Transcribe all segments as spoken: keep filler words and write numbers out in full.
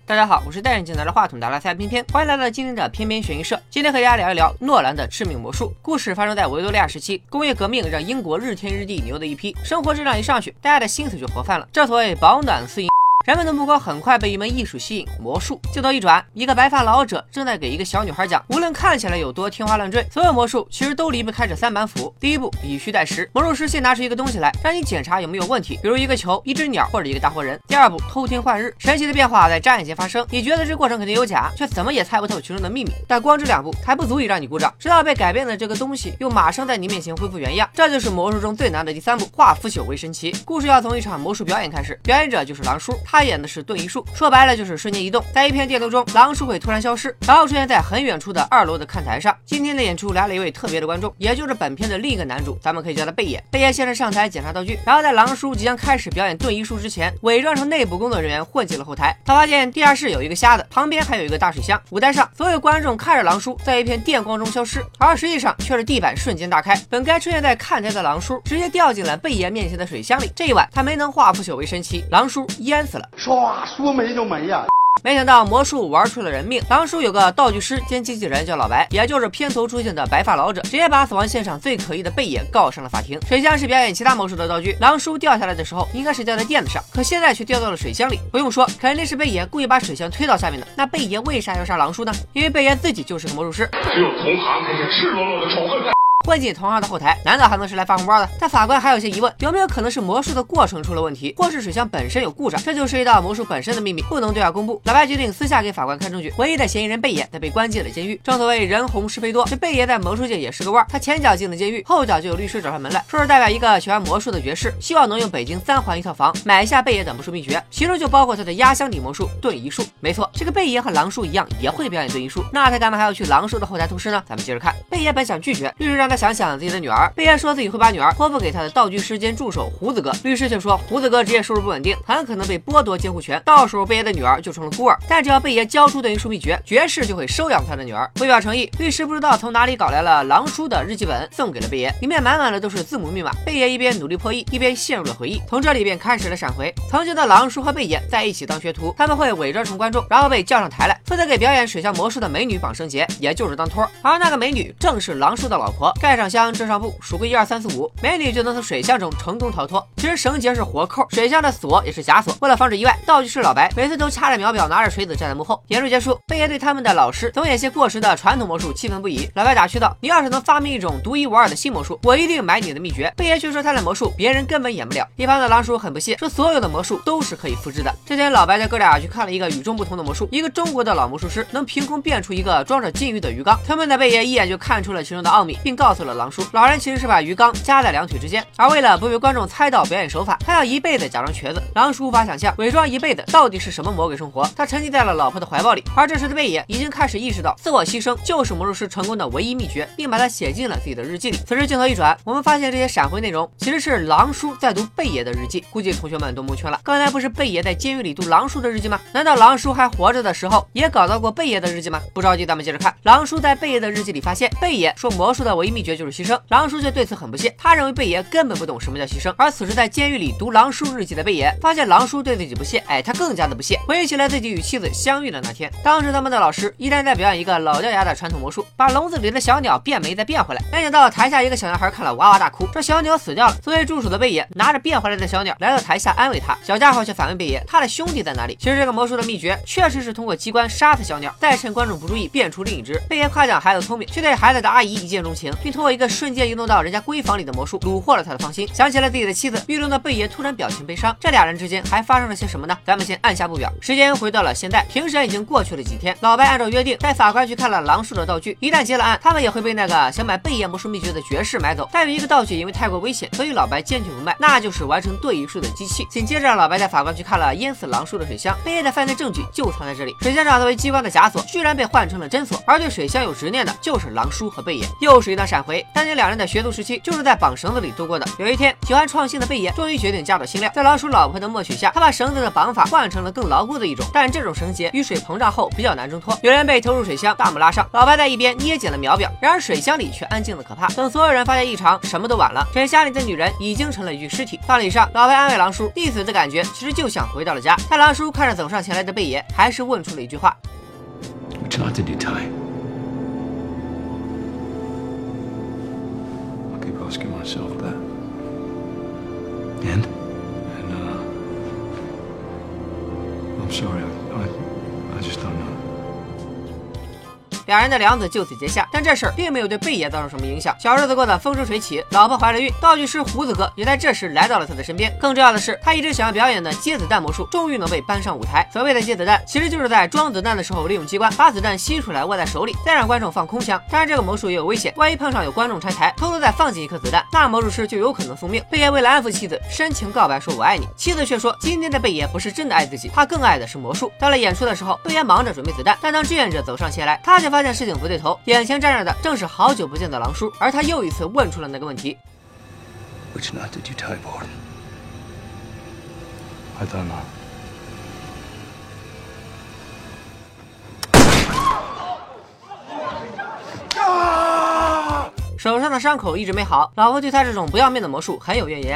大家好，我是戴眼镜拿着话筒的拉塞偏偏，欢迎来到今天的偏偏悬疑社。今天和大家聊一聊诺兰的致命魔术。故事发生在维多利亚时期，工业革命让英国日天日地牛的一批，生活质量一上去，大家的心思就活泛了。正所谓饱暖思淫。人们的目光很快被一门艺术吸引，魔术。镜头一转，一个白发老者正在给一个小女孩讲，无论看起来有多天花乱坠，所有魔术其实都离不开这三板斧。第一步，以虚代实，魔术师先拿出一个东西来，让你检查有没有问题，比如一个球、一只鸟或者一个大活人。第二步，偷天换日，神奇的变化在眨眼间发生，你觉得这过程肯定有假，却怎么也猜不透其中的秘密。但光这两步还不足以让你鼓掌，直到被改变的这个东西又马上在你面前恢复原样，这就是魔术中最难的第三步，化腐朽为神奇。故事要从一场魔术表演开始，表演者就是狼叔，他演的是顿移术，说白了就是瞬间移动。在一片电流中，狼叔会突然消失，然后出现在很远处的二楼的看台上。今天的演出来了一位特别的观众，也就是本片的另一个男主，咱们可以叫他贝爷。贝爷先是上台检查道具，然后在狼叔即将开始表演顿移术之前，伪装成内部工作人员混进了后台。他发现地下室有一个瞎子，旁边还有一个大水箱。舞台上，所有观众看着狼叔在一片电光中消失，而实际上却是地板瞬间大开。本该出现在看台的狼叔直接掉进了贝爷面前的水箱里。这一晚他没能化腐朽为神奇，狼叔淹死了。 唰，说没就没呀。 没想到魔术玩出了人命，狼叔有个道具师兼经纪人叫老白，也就是片头出现的白发老者，直接把死亡现场最可疑的贝爷告上了法庭。水箱是表演其他魔术的道具，狼叔掉下来的时候应该是掉在垫子上，可现在却掉到了水箱里。不用说，肯定是贝爷故意把水箱推到下面的。那贝爷为啥要杀狼叔呢？因为贝爷自己就是个魔术师， 只有同行才是赤裸裸的仇恨。 混进同行的后台，难道还能是来发红包的？但法官还有些疑问，有没有可能是魔术的过程出了问题，或是水箱本身有故障？这就涉及到魔术本身的秘密，不能对外公布。老白决定私下给法官看证据。唯一的嫌疑人贝爷，他被关进了监狱。正所谓人红是非多，这贝爷在魔术界也是个腕儿。他前脚进了监狱，后脚就有律师找上门来，说是代表一个喜欢魔术的爵士，希望能用北京三环一套房买下贝爷的魔术秘诀，其中就包括他的压箱底魔术顿移术。没错，这个贝爷和狼叔一样，也会表演顿移术。那他干嘛还要去狼叔的后台偷师呢？咱们接着看。贝爷本想拒绝，律师让他想想自己的女儿。贝爷说自己会把女儿托付给他的道具师兼助手胡子哥，律师却说胡子哥职业收入不稳定，很可能被剥夺监护权，到时候贝爷的女儿就成了孤儿。但只要贝爷交出顿移术秘诀，爵士就会收养他的女儿。为表诚意，律师不知道从哪里搞来了狼叔的日记本，送给了贝爷，里面满满的都是字母密码。贝爷一边努力破译，一边陷入了回忆。从这里便开始了闪回，曾经的狼叔和贝爷在一起当学徒，他们会伪装成观众，然后被叫上台来，负责给表演水箱魔术的美女绑绳结，也就是当托。而那个美女正是狼叔的老婆，盖上香，遮上布，数个一二三四五，美女就能从水箱中成功逃脱。其实绳结是活扣，水箱的锁也是假锁。为了防止意外，道具师老白每次都掐着秒表，拿着锤子站在幕后。演出结束，贝爷对他们的老师总演些过时的传统魔术气愤不已。老白打趣道：“你要是能发明一种独一无二的新魔术，我一定买你的秘诀。”贝爷却说他的魔术别人根本演不了。一旁的狼叔很不屑，说所有的魔术都是可以复制的。这天，老白带哥俩去看了一个与众不同的魔术，一个中国的老魔术师能凭空变出一个装着金鱼的鱼缸。聪明的贝爷一眼就看出了其中的奥秘，并告诉了狼叔，老人其实是把鱼缸夹在两腿之间，而为了不被观众猜到表演手法，他要一辈子假装瘸子。狼叔无法想象伪装一辈子到底是什么魔鬼生活，他沉浸在了老婆的怀抱里。而这时的贝爷已经开始意识到自我牺牲就是魔术师成功的唯一秘诀，并把它写进了自己的日记里。此时镜头一转，我们发现这些闪回内容其实是狼叔在读贝爷的日记。估计同学们都蒙圈了，刚才不是贝爷在监狱里读狼叔的日记吗？难道狼叔还活着的时候也搞到过贝爷的日记吗？不着急，咱们接着看。狼叔在贝爷的日记里发现，贝爷说魔术的唯一秘诀就是牺牲，狼叔却对此很不屑，他认为贝爷根本不懂什么叫牺牲。而此时在监狱里读狼叔日记的贝爷发现狼叔对自己不屑，哎，他更加的不屑，回忆起来自己与妻子相遇的那天，当时他们的老师依然在表演一个老掉牙的传统魔术，把笼子里的小鸟变没再变回来。没想到台下一个小男孩看了哇哇大哭，这小鸟死掉了。作为助手的贝爷拿着变回来的小鸟来到台下安慰他，小家伙却反问贝爷他的兄弟在哪里。其实这个魔术的秘诀确实是通过机关杀死小鸟，再趁观众不注意变出另一只。贝爷夸奖孩子聪明，却对孩子的阿姨一见钟情，并通过一个瞬间移动到人家闺房里的魔术虏获了他的芳心。想起了自己的妻子，狱中的贝爷突然表情悲伤，这俩人之间还发生了些什么呢？咱们先按下不表。时间回到了现在，庭审已经过去了几天，老白按照约定带法官去看了狼叔的道具，一旦结了案，他们也会被那个想买贝爷魔术秘诀的爵士买走。但有一个道具因为太过危险，所以老白坚决不卖，那就是完成顿移术的机器。紧接着，老白带法官去看了淹死狼叔的水箱，贝爷的犯罪证据就藏在这里。水箱上作为机关的假锁，居然被换成了真锁，而对水箱有执念的就是狼叔和贝爷。又是一段闪闪回，当年两人的学徒时期就是在绑绳子里度过的。有一天，喜欢创新的贝爷终于决定加朵新料，在老鼠老婆的默许下，他把绳子的绑法换成了更牢固的一种，但这种绳结遇水膨胀后比较难挣脱，有人被投入水箱，大幕拉上。老白在一边捏紧了秒表，然而水箱里却安静的可怕。等所有人发现异常，什么都晚了，水箱里的女人已经成了一具尸体。葬礼上，老白安慰狼叔，必死的感觉其实就像回到了家。但狼叔看着走上前来的贝爷，还是问出了一句话 ：Which knot did you tie? I keep asking myself that. And? And, uh, I'm sorry, I, I, I just don't know. 两人的梁子就此结下，但这事儿并没有对贝爷造成什么影响，小日子过得风生水起，老婆怀了孕，道具师胡子哥也在这时来到了他的身边。更重要的是，他一直想要表演的接子弹魔术终于能被搬上舞台。所谓的接子弹，其实就是在装子弹的时候利用机关把子弹吸出来握在手里，再让观众放空枪。当然，这个魔术也有危险，万一碰上有观众拆台，偷偷再放进一颗子弹，那魔术师就有可能送命。贝爷为了安抚妻子，深情告白说我爱你，妻子却说今天的贝爷不是真的爱自己，他更爱的是魔术。到了演出的时候，贝爷忙着准备子弹，但当志愿者走上前来，他却发现事情不对头。眼前站着的正是好久不见的狼叔，而他又一次问出了那个问题 Which knot did you tie, boy? I don't know. 手上的伤口一直没好，老婆对他这种不要命的魔术很有怨言。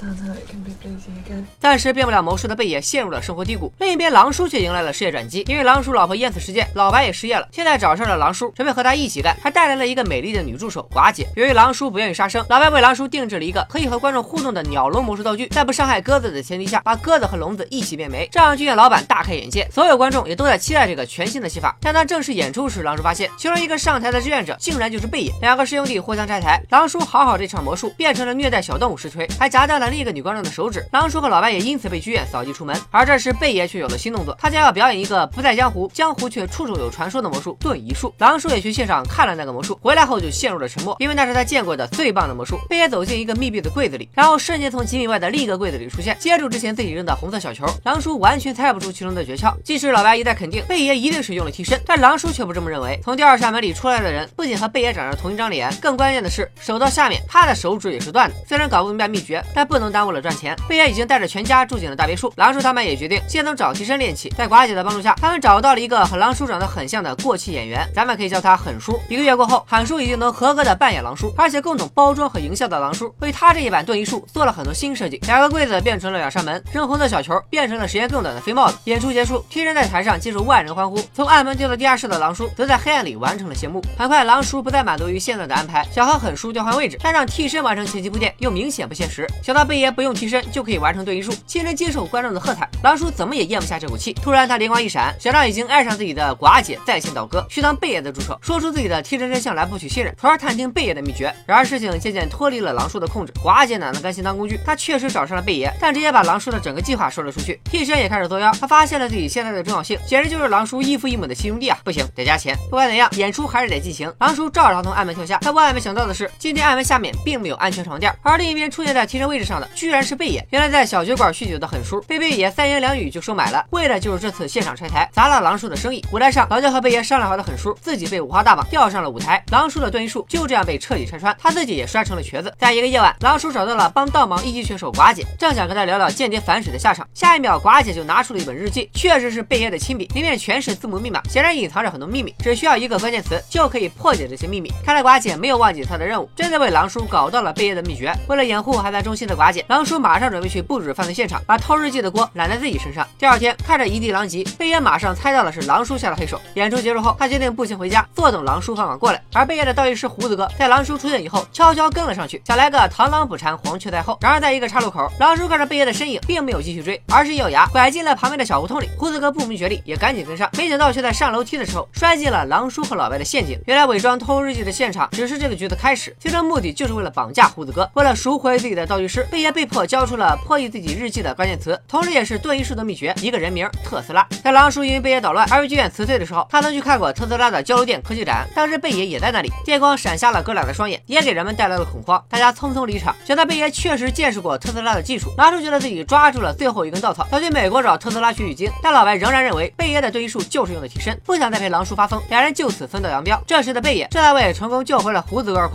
暂时变不了魔术的贝爷陷入了生活低谷。另一边，狼叔却迎来了事业转机，因为狼叔老婆淹死事件，老白也失业了，现在找上了狼叔，准备和他一起干，还带来了一个美丽的女助手寡姐。由于狼叔不愿意杀生，老白为狼叔定制了一个可以和观众互动的鸟笼魔术道具，在不伤害鸽子的前提下，把鸽子和笼子一起变没，这让剧院老板大开眼界，所有观众也都在期待这个全新的戏法。但当正式演出时，狼叔发现其中一个上台的志愿者竟然就是贝爷，两个师兄弟互相拆台，狼叔好好这场魔术变成了虐待小动物实锤，还夹断了另一个女观众的手指。狼叔和老白也因此被剧院扫地出门。而这时贝爷却有了新动作，他将要表演一个不在江湖，江湖却处处有传说的魔术遁移术。狼叔也去现场看了那个魔术，回来后就陷入了沉默，因为那是他见过的最棒的魔术。贝爷走进一个密闭的柜子里，然后瞬间从几米外的另一个柜子里出现，接住之前自己扔的红色小球。狼叔完全猜不出其中的诀窍，即使老白一再肯定贝爷一定是用了替身，但狼叔却不这么认为。从第二扇门里出来的人不仅和贝爷长着同一张脸，更关键的是手到下面他的手指也是断的。虽然搞不明白秘诀，但不能耽误了赚钱。贝爷已经带着全家住进了大别墅，狼叔他们也决定先从找替身练起。在寡姐的帮助下，他们找到了一个和狼叔长得很像的过气演员，咱们可以叫他狠叔。一个月过后，狠叔已经能合格的扮演狼叔，而且更懂包装和营销的狼叔为他这一版遁移术做了很多新设计，两个柜子变成了两扇门，扔红色小球变成了时间更短的飞帽子。演出结束，替身在台上接受万人欢呼，从暗门丢到地下室的狼叔则在黑暗里完成了谢幕。很快，狼叔不再满足于现在的安排，想和狠叔调换位置，但让替身完成前期铺垫又明显不现实。想到贝爷不用替身就可以完成遁移术，亲身接受观众的喝彩，狼叔怎么也咽不下这股气。突然他灵光一闪，想让已经爱上自己的寡姐在线倒戈，去当贝爷的助手，说出自己的替身真相来博取信任，从而探听贝爷的秘诀。然而事情渐渐脱离了狼叔的控制，寡姐哪能甘心当工具？他确实找上了贝爷，但直接把狼叔的整个计划说了出去。替身也开始作妖，他发现了自己现在的重要性，简直就是狼叔异父异母的亲兄弟啊！不行，得加钱。不管怎样，演出还是得进行。狼叔照常从暗门跳下，他万万没想到的是，今天暗门下面并没有安全床垫，而另一边出现在替身位置上的居然是贝爷。原来在小酒馆酗酒的狠叔被贝爷三言两语就收买了，为了就是这次现场拆台砸了狼叔的生意。舞台上早就和贝爷商量好的狠叔自己被五花大绑吊上了舞台，狼叔的遁移术就这样被彻底拆穿，他自己也摔成了瘸子。在一个夜晚，狼叔找到了帮倒忙一级选手寡姐，正想跟他聊聊间谍反水的下场，下一秒寡姐就拿出了一本日记，确实是贝爷的亲笔，里面全是字母密码，显然隐藏着很多秘密，只需要一个关键词就可以破解这些秘密。看来寡姐没有忘记她的任务，真的为狼叔搞到了贝爷的秘诀。为了掩护还在中心的寡姐，狼叔马上准备去布置犯罪现场，把偷日记的锅揽在自己身上。第二天，看着一地狼藉，贝爷马上猜到了是狼叔下的黑手。演出结束后，他决定步行回家，坐等狼叔放马过来。而贝爷的道具师胡子哥在狼叔出现以后，悄悄跟了上去，想来个螳螂捕蝉，黄雀在后。然而在一个岔路口，狼叔看着贝爷的身影，并没有继续追，而是一咬牙拐进了旁边的小胡同里。胡子哥不明觉厉，也赶紧跟上，没想到却在上楼梯的时候摔进了狼叔和老白的陷阱。原来伪装偷日记的现场只是这个局的开始，最终目的就是为了绑架胡子哥。为了赎回自己的道具师，贝爷被迫交出了破译自己日记的关键词，同时也是遁移术的秘诀，一个人名特斯拉。在狼叔因为贝爷捣乱而被剧院辞退的时候，他曾去看过特斯拉的交流电科技展，当时贝爷也在那里，电光闪瞎了哥俩的双眼，也给人们带来了恐慌。大家匆匆离场，觉得贝爷确实见识过特斯拉的技术，狼叔觉得自己抓住了最后一根稻草，要去美国找特斯拉取取经。但老白仍然认为贝爷的遁移术就是用的替身，不想再陪狼叔发疯，两人就此分道扬镳。这时的贝爷正在为成功救回了胡子哥而狂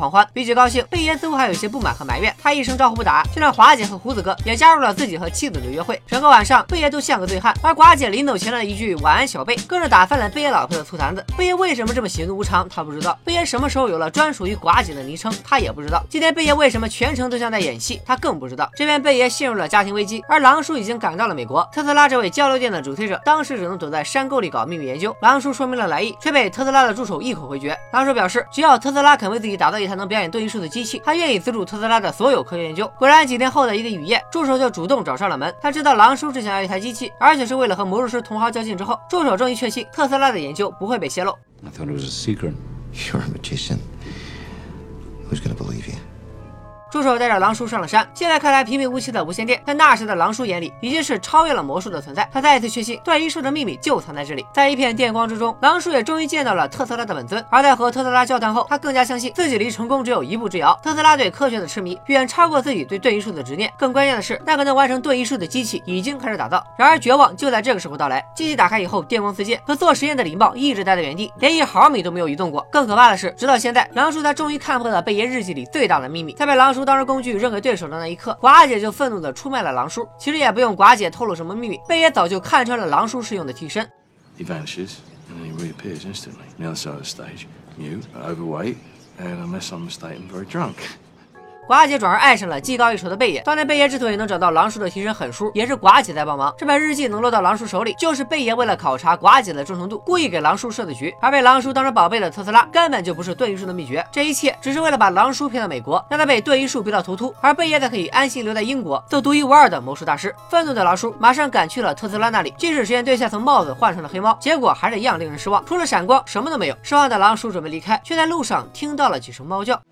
狂欢。比起高兴，贝爷似乎还有一些不满和埋怨。他一声招呼不打，就让寡姐和胡子哥也加入了自己和妻子的约会。整个晚上，贝爷都像个醉汉，而寡姐临走前的一句晚安小贝，更是打翻了贝爷老婆的醋坛子。贝爷为什么这么喜怒无常，他不知道；贝爷什么时候有了专属于寡姐的昵称，他也不知道。今天贝爷为什么全程都像在演戏，他更不知道。这边贝爷陷入了家庭危机，而狼叔已经赶到了美国。特斯拉这位交流电的主推者，当时只能躲在山沟里搞秘密研究。狼叔说明了来意，却被特斯拉的助手一口回绝。狼叔表示，只要特斯拉肯为自己打造一台能表演顿移术的机器，他愿意资助特斯拉的所有科学研究。果然，几天后的一个雨夜，助手就主动找上了门。他知道狼叔只想要一台机器，而且是为了和魔术师同行较劲之后，助手终于确信特斯拉的研究不会被泄露。 I thought it was a secret. You're a magician. Who's gonna believe you? 助手带着狼叔上了山，现在看来平平无奇的无线电，在那时的狼叔眼里已经是超越了魔术的存在。他再一次确信段一术的秘密就藏在这里。在一片电光之中，狼叔也终于见到了特斯拉的本尊。而在和特斯拉交谈后，他更加相信自己离成功只有一步之遥。特斯拉对科学的痴迷远超过自己对顿一术的执念。更关键的是，那个能完成顿一术的机器已经开始打造。然而绝望就在这个时候到来。机器打开以后，电光四溅，可做实验的礼貌一直待在原地，连一毫米都没有移动过。更可怕的是，直到现在，狼叔他终于看破了贝爷日记里最大的秘密。在被狼叔当成工具扔给对手的那一刻，寡姐就愤怒地出卖了狼叔。其实也不用寡姐透露什么秘密，贝爷早就看穿了狼叔是用的替身。 He vanishes and then he reappears instantly. On the other side of the stage, mute, overweight, and unless I'm mistaken, very drunk. 寡姐转而爱上了技高一筹的贝爷。当年贝爷之所以能找到狼叔的替身狠叔，也是寡姐在帮忙。这本日记能落到狼叔手里，就是贝爷为了考察寡姐的忠诚度，故意给狼叔设的局。而被狼叔当成宝贝的特斯拉，根本就不是顿一术的秘诀，这一切只是为了把狼叔骗到美国，让他被顿一术逼到头秃，而贝爷才可以安心留在英国做独一无二的魔术大师。愤怒的狼叔马上赶去了特斯拉那里，即使实验对象从帽子换成了黑猫，结果还是一样令人失望，除了闪光什么都没有。失望的狼叔准备离开，却在路上听到了几声猫叫。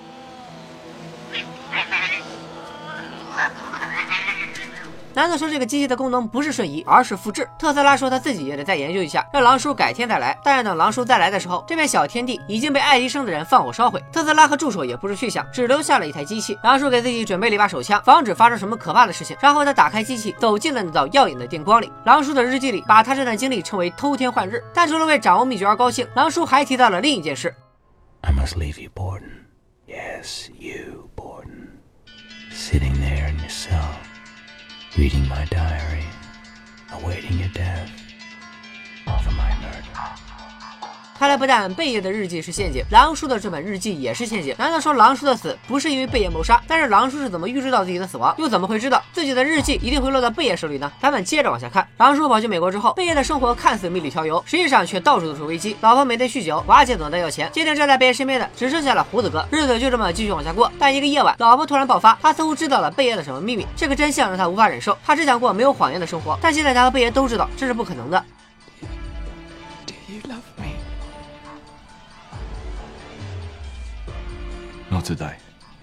难道说这个机器的功能不是瞬移，而是复制？特斯拉说他自己也得再研究一下，让狼叔改天再来。但是等狼叔再来的时候，这片小天地已经被爱迪生的人放火烧毁。特斯拉和助手也不知去向，只留下了一台机器。狼叔给自己准备了一把手枪，防止发生什么可怕的事情。然后他打开机器，走进了那道耀眼的电光里。狼叔的日记里把他这段经历称为偷天换日。但除了为掌握秘诀而高兴，狼叔还提到了另一件事。 I must leave you, Borden. Yes, you, Borden. Sitting there in your cell. Reading my diary, awaiting your death for my murder. 看来不但贝爷的日记是陷阱，狼叔的这本日记也是陷阱。难道说狼叔的死不是因为贝爷谋杀？但是狼叔是怎么预知到自己的死亡？又怎么会知道自己的日记一定会落到贝爷手里呢？咱们接着往下看。狼叔跑去美国之后，贝爷的生活看似蜜里调油，实际上却到处都是危机。老婆每天酗酒，寡姐总在要钱。今天站在贝爷身边的只剩下了胡子哥，日子就这么继续往下过。但一个夜晚，老婆突然爆发，他似乎知道了贝爷的什么秘密。这个真相让他无法忍受，他只想过没有谎言的生活。但现在他和贝爷都知道这是不可能的。 Not today.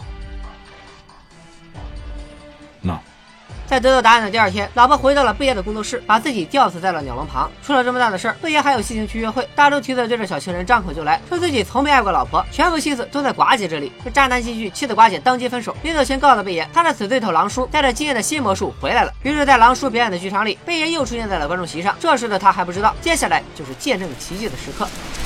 No. 在得到答案的第二天，老婆回到了贝爷的工作室，把自己吊死在了鸟笼旁。出了这么大的事儿，贝爷还有心情去约会，大猪蹄子对着小情人张口就来，说自己从没爱过老婆，全部心思都在寡姐这里。这渣男戏剧气得寡姐当街分手，临走前告诉贝爷，他的死对头狼叔带着惊艳的新魔术回来了。于是，在狼叔表演的剧场里，贝爷又出现在了观众席上。这时的他还不知道，接下来就是见证奇迹的时刻。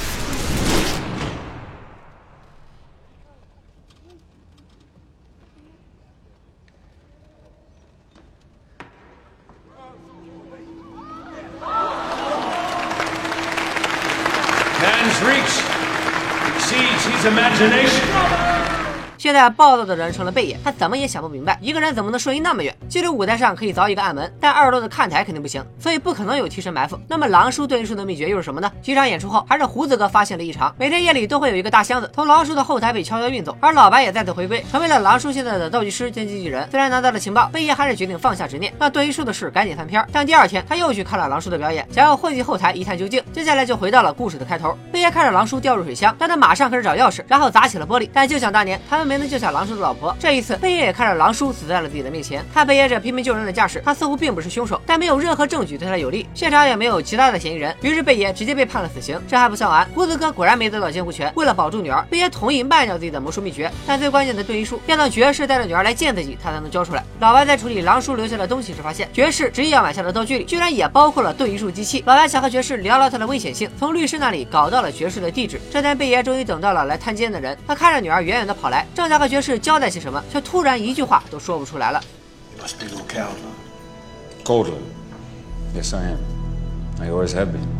Man's reach exceeds his imagination. 现在暴躁的人成了贝爷，他怎么也想不明白，一个人怎么能瞬移那么远？即使舞台上可以凿一个暗门，但二楼的看台肯定不行，所以不可能有替身埋伏。那么狼叔顿一术的秘诀又是什么呢？几场演出后，还是胡子哥发现了异常。每天夜里都会有一个大箱子从狼叔的后台被悄悄运走，而老白也再次回归，成为了狼叔现在的道具师兼经纪人。虽然拿到了情报，贝爷还是决定放下执念，让顿一术的事赶紧翻篇。但第二天他又去看了狼叔的表演，想要混进后台一探究竟。接下来就回到了故事的开头，贝爷看着狼叔掉入水箱，但他马上开始找钥匙，然后砸起了玻璃。但就像当年他们没能救下狼叔的老婆，这一次贝爷也看着狼叔死在了自己的面前。看贝爷这拼命救人的架势，他似乎并不是凶手，但没有任何证据对他有利，现场也没有其他的嫌疑人，于是贝爷直接被判了死刑。这还不算完，胡子哥果然没得到监护权，为了保住女儿，贝爷同意卖掉自己的魔术秘诀，但最关键的顿一术要让爵士带着女儿来见自己，他才能交出来。老白在处理狼叔留下的东西时发现，爵士执意要买下的道具里居然也包括了顿一术机器。老白想和爵士聊聊他的危险性，从律师那里搞到了爵士的地址。这天，贝爷终于等到了来探监的人，他看着女儿远远的跑来，正想和爵士交代些什么，却突然一句话都说不出来了。 You must be Lord Caldwell. Caldwell? Yes, I am. I always have been.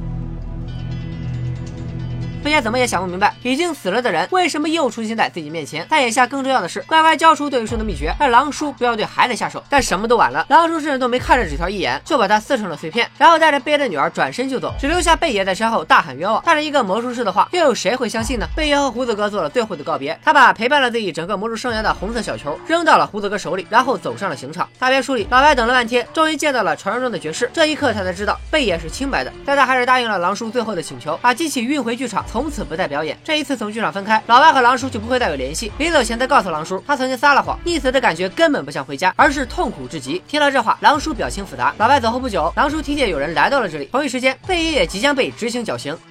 贝爷怎么也想不明白，已经死了的人为什么又出现在自己面前。但眼下更重要的是，乖乖交出对书的秘诀，让狼叔不要对孩子下手。但什么都晚了，狼叔甚至都没看着纸条一眼，就把它撕成了碎片，然后带着贝爷的女儿转身就走，只留下贝爷在身后大喊冤枉。带着一个魔术师的话，又有谁会相信呢？贝爷和胡子哥做了最后的告别，他把陪伴了自己整个魔术生涯的红色小球扔到了胡子哥手里，然后走上了刑场。大别墅里，老白等了半天，终于见到了传说中的爵士。这一刻，他才知道贝爷是清白的，但他还是答应了狼叔最后的请求，把机器运回剧场，从此不再表演。这一次从剧场分开，老白和狼叔就不会再有联系。临走前，他告诉狼叔，他曾经撒了谎，溺死的感觉根本不像回家，而是痛苦至极。听了这话，狼叔表情复杂。老白走后不久，狼叔听见有人来到了这里，同一时间，贝爷也即将被执行绞刑。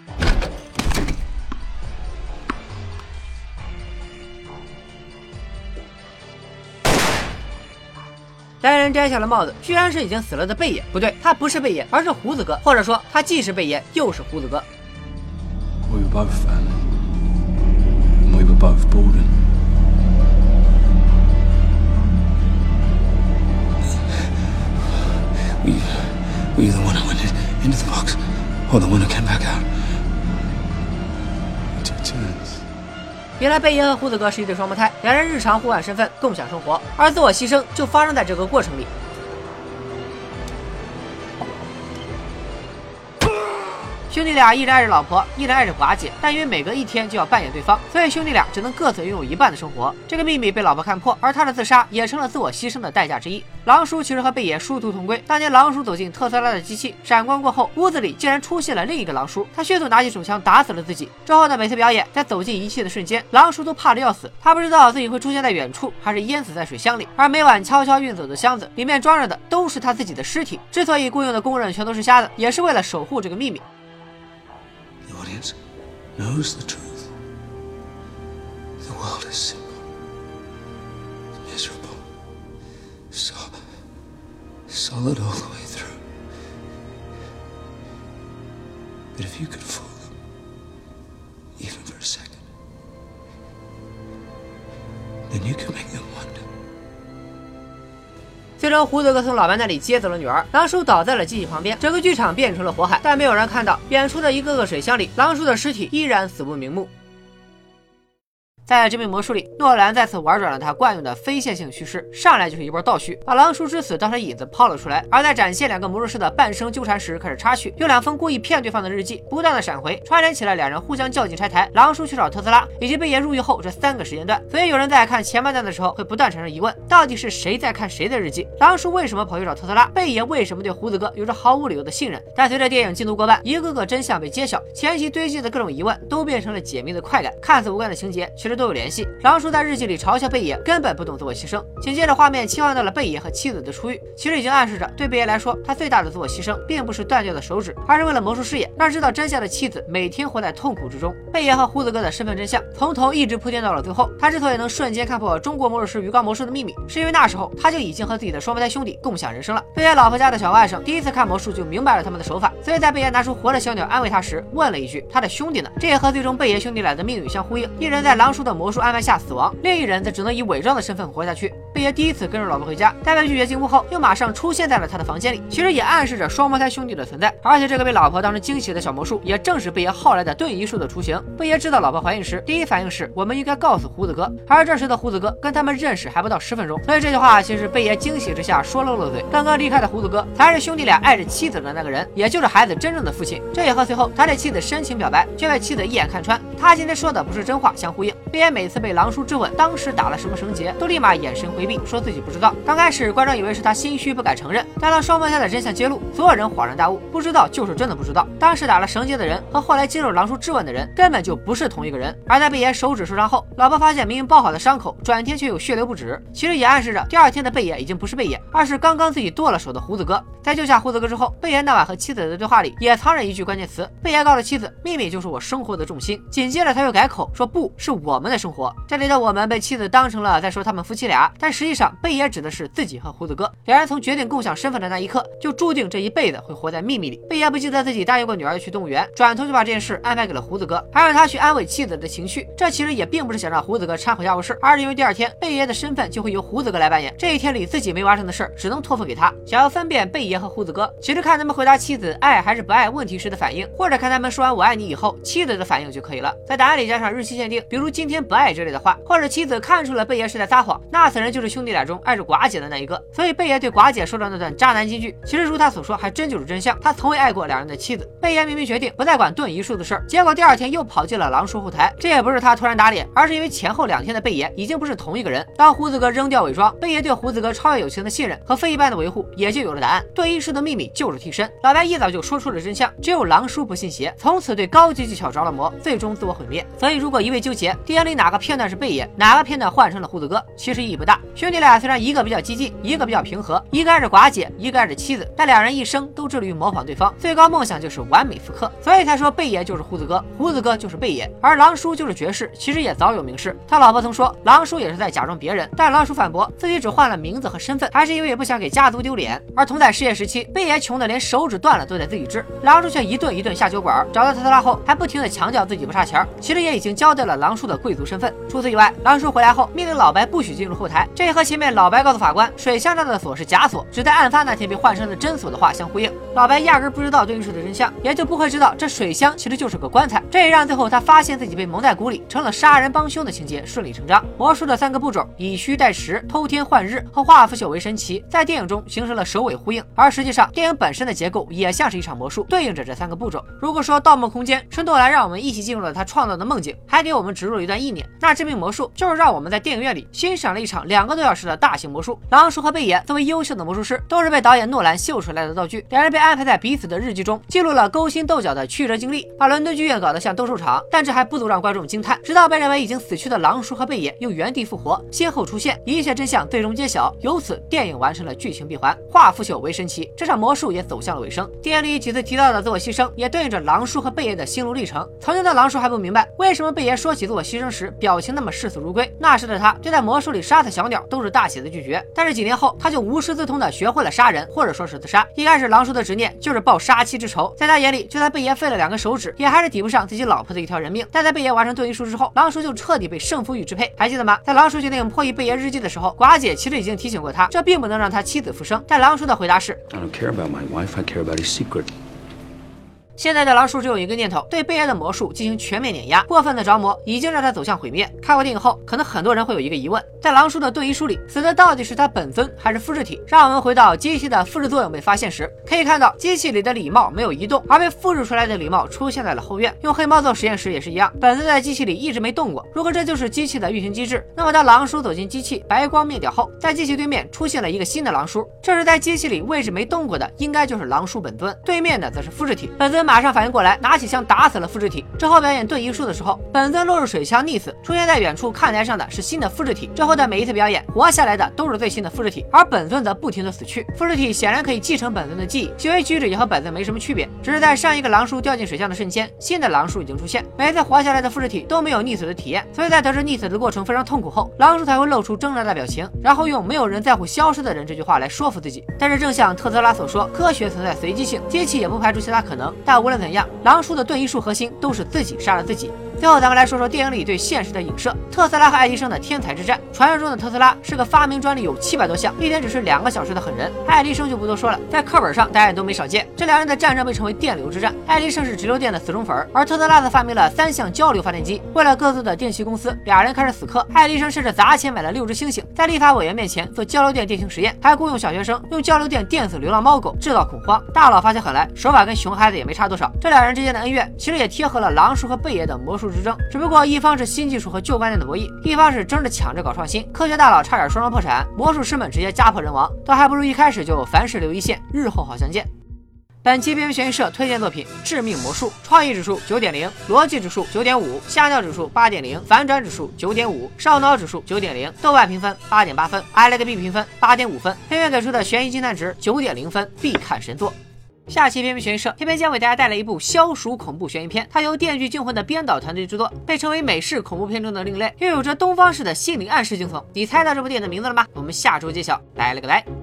来人摘下了帽子，居然是已经死了的贝爷。不对，他不是贝爷，而是胡子哥，或者说他既是贝爷，又是胡子哥。 We were both family. And we were both Borden. Were you, were you the one who went into the box? Or the one who came back out? We took turns. 原来贝爷和胡子哥是一对双胞胎，两人日常互换身份，共享生活，而自我牺牲就发生在这个过程里。兄弟俩一人爱着老婆，一人爱着寡姐，但因为每隔一天就要扮演对方，所以兄弟俩只能各自拥有一半的生活。这个秘密被老婆看破，而他的自杀也成了自我牺牲的代价之一。狼叔其实和贝爷殊途同归。当年狼叔走进特斯拉的机器，闪光过后，屋子里竟然出现了另一个狼叔，他迅速拿起手枪打死了自己。之后的每次表演，在走进仪器的瞬间，狼叔都怕得要死，他不知道自己会出现在远处，还是淹死在水箱里。而每晚悄悄运走的箱子里面装着的都是他自己的尸体。之所以雇佣的工人全都是瞎子，也是为了守护这个秘密。 The audience knows the truth. The world is simple, miserable, so solid all the way through. But if you could fool them, even for a second, then you could make them wonder. 最终，胡子哥从老白那里接走了女儿，狼叔倒在了机器旁边，整个剧场变成了火海，但没有人看到远处的一个个水箱里，狼叔的尸体依然死不瞑目。在这枚魔术里，诺兰再次玩转了他惯用的非线性叙事，上来就是一波倒叙，把狼叔之死当成引子抛了出来。而在展现两个魔术师的半生纠缠时，开始插叙，用两封故意骗对方的日记不断的闪回，串联起了两人互相较劲拆台、狼叔去找特斯拉以及贝爷入狱后这三个时间段。所以有人在看前半段的时候，会不断产生疑问：到底是谁在看谁的日记？狼叔为什么跑去找特斯拉？贝爷为什么对胡子哥有着毫无理由的信任？但随着电影进度过半，一个个真相被揭晓，前期堆积的各种疑问都变成了解密的快感。看似无关的情节，其实都有联系。狼叔在日记里嘲笑贝爷根本不懂自我牺牲，紧接着画面切换到了贝爷和妻子的出狱，其实已经暗示着对贝爷来说，他最大的自我牺牲并不是断掉的手指，而是为了魔术事业，让知道真相的妻子每天活在痛苦之中。贝爷和胡子哥的身份真相从头一直铺垫到了最后。他之所以能瞬间看破中国魔术师鱼缸魔术的秘密，是因为那时候他就已经和自己的双胞胎兄弟共享人生了。贝爷老婆家的小外甥第一次看魔术就明白了他们的手法，所以在贝爷拿出活的小鸟安慰他时，问了一句他的兄弟呢？这也和最终贝爷兄弟俩的命运相呼应，一人在狼叔的魔术安排下死亡，另一人则只能以伪装的身份活下去。贝爷第一次跟着老婆回家，在被拒绝进屋后，又马上出现在了他的房间里，其实也暗示着双胞胎兄弟的存在。而且这个被老婆当成惊喜的小魔术，也正是贝爷后来的遁移术的雏形。贝爷知道老婆怀孕时，第一反应是我们应该告诉胡子哥，而这时的胡子哥跟他们认识还不到十分钟，所以这句话其实贝爷惊喜之下说漏了嘴。刚刚离开的胡子哥才是兄弟俩爱着妻子的那个人，也就是孩子真正的父亲。这也和随后他对妻子深情表白却被妻子一眼看穿，他今天说的不是真话相呼应。贝爷每次被狼叔质问当时打了什么绳结，都立马眼神回避，说自己不知道。刚开始观众以为是他心虚不敢承认，但当双胞胎的真相揭露，所有人恍然大悟，不知道就是真的不知道。当时打了绳结的人和后来接受狼叔质问的人根本就不是同一个人。而在贝爷手指受伤后，老婆发现明明包好的伤口转天却有血流不止，其实也暗示着第二天的贝爷已经不是贝爷，而是刚刚自己剁了手的胡子哥。在救下胡子哥之后，贝爷那晚和妻子的对话里也藏着一句关键词，贝爷告诉妻子秘密就是我生活的重心，紧接着他又改口说不是我们的生活。这里的我们被妻子当成了在说他们夫妻俩，但实际上贝爷指的是自己和胡子哥，两人从决定共享身份的那一刻，就注定这一辈子会活在秘密里。贝爷不记得自己答应过女儿去动物园，转头就把这件事安排给了胡子哥，还让他去安慰妻子的情绪。这其实也并不是想让胡子哥掺和家务事，而是因为第二天贝爷的身份就会由胡子哥来扮演，这一天里自己没完成的事儿只能托付给他。想要分辨贝爷和胡子哥，其实看他们回答妻子爱还是不爱问题时的反应，或者看他们说完我爱你以后妻子的反应就可以了。在答案里加上日期限定，比如今天不爱之类的话，或者妻子看出了贝爷是在撒谎，那此人就是兄弟俩中爱着寡姐的那一个。所以贝爷对寡姐说的那段渣男金句，其实如他所说还真就是真相，他从未爱过两人的妻子。贝爷明明决定不再管顿一树的事儿，结果第二天又跑进了狼叔后台，这也不是他突然打脸，而是因为前后两天的贝爷已经不是同一个人。当胡子哥扔掉伪装，贝爷对胡子哥超越友情的信任和非一般的维护也就有了答案。顿一树的秘密就是替身，老白一早就说出了真相，只有狼叔不信邪，从此对高级技巧着了魔，最终自我毁灭。所以如果一味纠结电影里哪个片段是贝爷，哪个片段换成了胡子哥，其实意义不大。兄弟俩虽然一个比较激进，一个比较平和，一个爱着寡姐，一个爱着妻子，但两人一生都致力于模仿对方，最高梦想就是完美复刻。所以才说贝爷就是胡子哥，胡子哥就是贝爷，而狼叔就是爵士，其实也早有明示。他老婆曾说狼叔也是在假装别人，但狼叔反驳自己只换了名字和身份，还是因为不想给家族丢脸。而同在失业时期，贝爷穷的连手指断了都得自己治，狼叔却一顿一顿下酒馆，找到特斯拉后还不停的强调自己不差钱，其实也已经交代了狼叔的贵族身份。除此以外，狼叔回来后命令老白不许进入后台，这也和前面老白告诉法官水箱上的锁是假锁，只在案发那天被换成了真锁的话相呼应。老白压根不知道对应事的真相，也就不会知道这水箱其实就是个棺材，这也让最后他发现自己被蒙在鼓里，成了杀人帮凶的情节顺理成章。魔术的三个步骤以虚代实、偷天换日和化腐朽为神奇，在电影中形成了首尾呼应，而实际上电影本身的结构也像是一场魔术，对应着这三个步骤。如果说《盗梦空间》是诺兰让我们一起进入了他创造的梦境，还给我们植入了一段意念，那这名魔术就是让我们在电影院里欣赏了一场两个多小时的大型魔术。狼叔和贝爷作为优秀的魔术师，都是被导演诺兰秀出来的道具，两人被安排在彼此的日记中，记录了勾心斗角的曲折经历，把伦敦剧院搞得像斗兽场。但这还不足让观众惊叹，直到被认为已经死去的狼叔和贝爷又原地复活，先后出现，一切真相最终揭晓，由此电影完成了剧情闭环，化腐朽为神奇，这场魔术也走向了尾声。电影里几次提到的自我牺牲，也对应着狼叔和贝爷的心路历程。曾经的狼叔还不明白为什么贝爷说起自我牺牲时表情那么视死如归，那时的他对在魔术里杀死小鸟都是大写的拒绝，但是几年后他就无师自通的学会了杀人，或者说是自杀。一开始狼叔的执念就是报杀妻之仇，在他眼里就算贝爷废了两根手指，也还是抵不上自己老婆的一条人命。但在贝爷完成顿一术之后，狼叔就彻底被胜负欲支配，还记得吗？在狼叔决定破译贝爷日记的时候，寡姐其实已经提醒过他，这并不能让他妻子复生，但狼叔的回答是 I don't care about my wife, I care about his secret. 现在的狼叔只有一个念头，对贝爷的魔术进行全面碾压，过分的着魔已经让他走向毁灭。看过电影后，可能很多人会有一个疑问，在狼叔的顿一术里，死的到底是他本尊还是复制体？让我们回到机器的复制作用被发现时，可以看到机器里的礼帽没有移动，而被复制出来的礼帽出现在了后院。用黑猫做实验时也是一样，本尊在机器里一直没动过。如果这就是机器的运行机制，那么当狼叔走进机器，白光灭掉后，在机器对面出现了一个新的狼叔，这是在机器里位置没动过的，应该就是狼叔本尊，对面的则是复制体。本尊马上反应过来，拿起枪打死了复制体。之后表演顿一术的时候，本尊落入水枪溺死，出现在远处看台上的是新的复制体。之后的每一次表演，活下来的都是最新的复制体，而本尊则不停的死去。复制体显然可以继承本尊的记忆，行为举止也和本尊没什么区别，只是在上一个狼叔掉进水箱的瞬间，新的狼叔已经出现。每次活下来的复制体都没有溺死的体验，所以在得知溺死的过程非常痛苦后，狼叔才会露出挣扎的表情，然后用没有人在乎消失的人这句话来说服自己。但是正像特斯拉所说，科学存在随机性，机器也不排除其他可能，但无论怎样，狼叔的顿一术核心都是自己杀了自己。最后咱们来说说电影里对现实的影射，特斯拉和爱迪生的天才之战。传说中的特斯拉是个发明专利有七百多项，一天只是两个小时的狠人，爱迪生就不多说了，在课本上大家也都没少见。这两人的战争被称为电流之战，爱迪生是直流电的死忠粉，而特斯拉则发明了三项交流发电机。为了各自的电气公司，俩人开始死磕，爱迪生甚至砸钱买了六只猩猩，在立法委员面前做交流电电型实验，还雇佣小学生用交流电电死流浪猫狗，制造恐慌。大佬发起狠来，手法跟熊孩子也没差多少。这两人之间的恩怨其实也贴合了狼叔和贝爷的魔术之争，只不过一方是新技术和旧观念的博弈，一方是争着抢着搞创新。科学大佬差点双双破产，魔术师们直接家破人亡，倒还不如一开始就凡事留一线，日后好相见。本期边缘悬疑社推荐作品《致命魔术》，创意指数九点零，逻辑指数九点五，吓尿指数八点零，反转指数九点五，烧脑指数九点零，豆瓣评分八点八分，I like B评分八点五分，配乐给出的悬疑惊叹值九点零分，必看神作。 下期偏偏悬疑社偏偏将为大家带来一部消暑恐怖悬疑片，它由《电锯惊魂》的编导团队制作，被称为美式恐怖片中的另类，又有着东方式的心灵暗示惊悚。你猜到这部电影的名字了吗？我们下周揭晓。拜了个拜。